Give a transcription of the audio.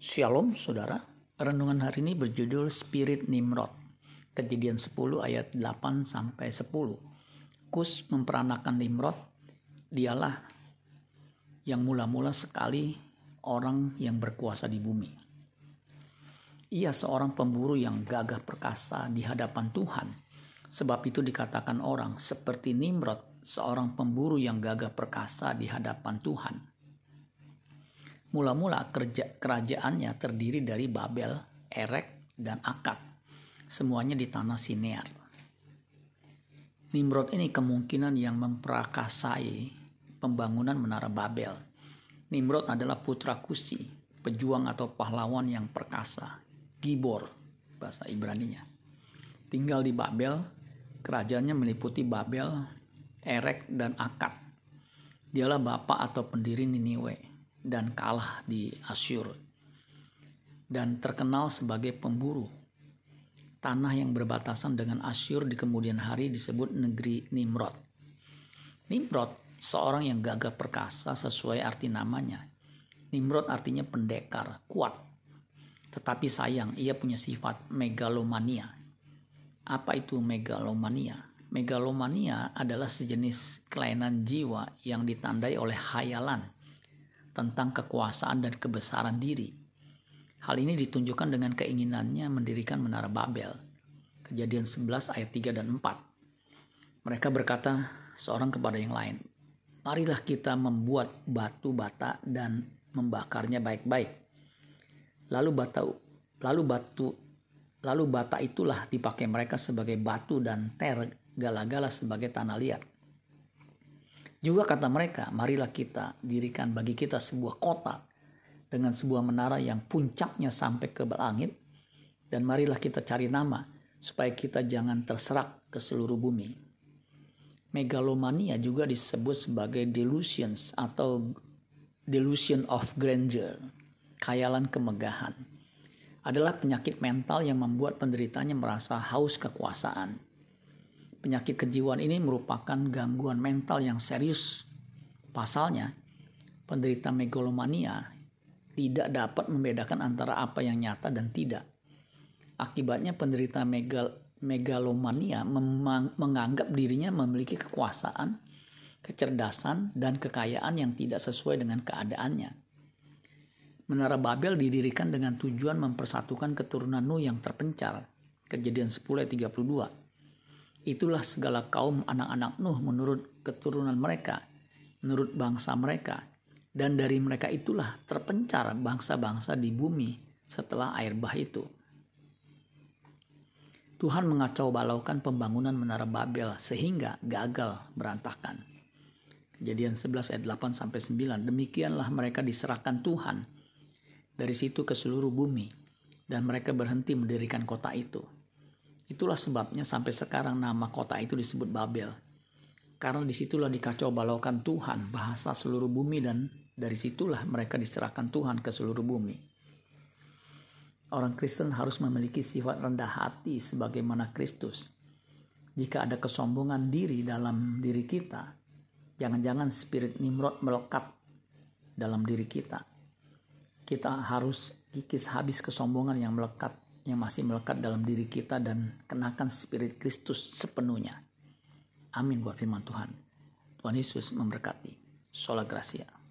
Shalom saudara, renungan hari ini berjudul Spirit Nimrod. Kejadian 10 ayat 8-10. Kus memperanakan Nimrod, dialah yang mula-mula sekali orang yang berkuasa di bumi. Ia seorang pemburu yang gagah perkasa di hadapan Tuhan. Sebab itu dikatakan orang seperti Nimrod, seorang pemburu yang gagah perkasa di hadapan Tuhan. Mula-mula kerajaannya terdiri dari Babel, Erek, dan Akkad. Semuanya di tanah Sinear. Nimrod ini kemungkinan yang memperakasai pembangunan menara Babel. Nimrod adalah putra Kusi, pejuang atau pahlawan yang perkasa, Gibor, bahasa Ibraninya. Tinggal di Babel, kerajaannya meliputi Babel, Erek, dan Akkad. Dialah bapak atau pendiri Niniwe dan kalah di Asyur, dan terkenal sebagai pemburu. Tanah yang berbatasan dengan Asyur di kemudian hari disebut negeri Nimrod. Nimrod seorang yang gagah perkasa sesuai arti namanya. Nimrod artinya pendekar, kuat. Tetapi sayang, ia punya sifat megalomania. Apa itu megalomania? Megalomania adalah sejenis kelainan jiwa yang ditandai oleh khayalan tentang kekuasaan dan kebesaran diri. Hal ini ditunjukkan dengan keinginannya mendirikan menara Babel. Kejadian 11 ayat 3 dan 4. Mereka berkata seorang kepada yang lain, "Marilah kita membuat batu bata dan membakarnya baik-baik. Lalu bata itulah dipakai mereka sebagai batu dan gala-gala sebagai tanah liat. Juga kata mereka, marilah kita dirikan bagi kita sebuah kota dengan sebuah menara yang puncaknya sampai ke langit. Dan marilah kita cari nama supaya kita jangan terserak ke seluruh bumi." Megalomania juga disebut sebagai delusions atau delusion of grandeur, khayalan kemegahan. Adalah penyakit mental yang membuat penderitanya merasa haus kekuasaan. Penyakit kejiwaan ini merupakan gangguan mental yang serius. Pasalnya, penderita megalomania tidak dapat membedakan antara apa yang nyata dan tidak. Akibatnya penderita megalomania menganggap dirinya memiliki kekuasaan, kecerdasan, dan kekayaan yang tidak sesuai dengan keadaannya. Menara Babel didirikan dengan tujuan mempersatukan keturunan Nuh yang terpencar. Kejadian 10 ayat 32. Itulah segala kaum anak-anak Nuh menurut keturunan mereka, menurut bangsa mereka. Dan dari mereka itulah terpencar bangsa-bangsa di bumi setelah air bah itu. Tuhan mengacau balaukan pembangunan menara Babel sehingga gagal berantakan. Kejadian 11 ayat 8-9. Demikianlah mereka diserahkan Tuhan dari situ ke seluruh bumi, dan mereka berhenti mendirikan kota itu. Itulah sebabnya sampai sekarang nama kota itu disebut Babel. Karena disitulah dikacau balaukan Tuhan bahasa seluruh bumi, dan dari situlah mereka diserahkan Tuhan ke seluruh bumi. Orang Kristen harus memiliki sifat rendah hati sebagaimana Kristus. Jika ada kesombongan diri dalam diri kita, jangan-jangan spirit Nimrod melekat dalam diri kita. Kita harus kikis habis kesombongan yang masih melekat dalam diri kita dan kenakan spirit Kristus sepenuhnya. Amin buat firman Tuhan. Tuhan Yesus memberkati. Sola Gracia.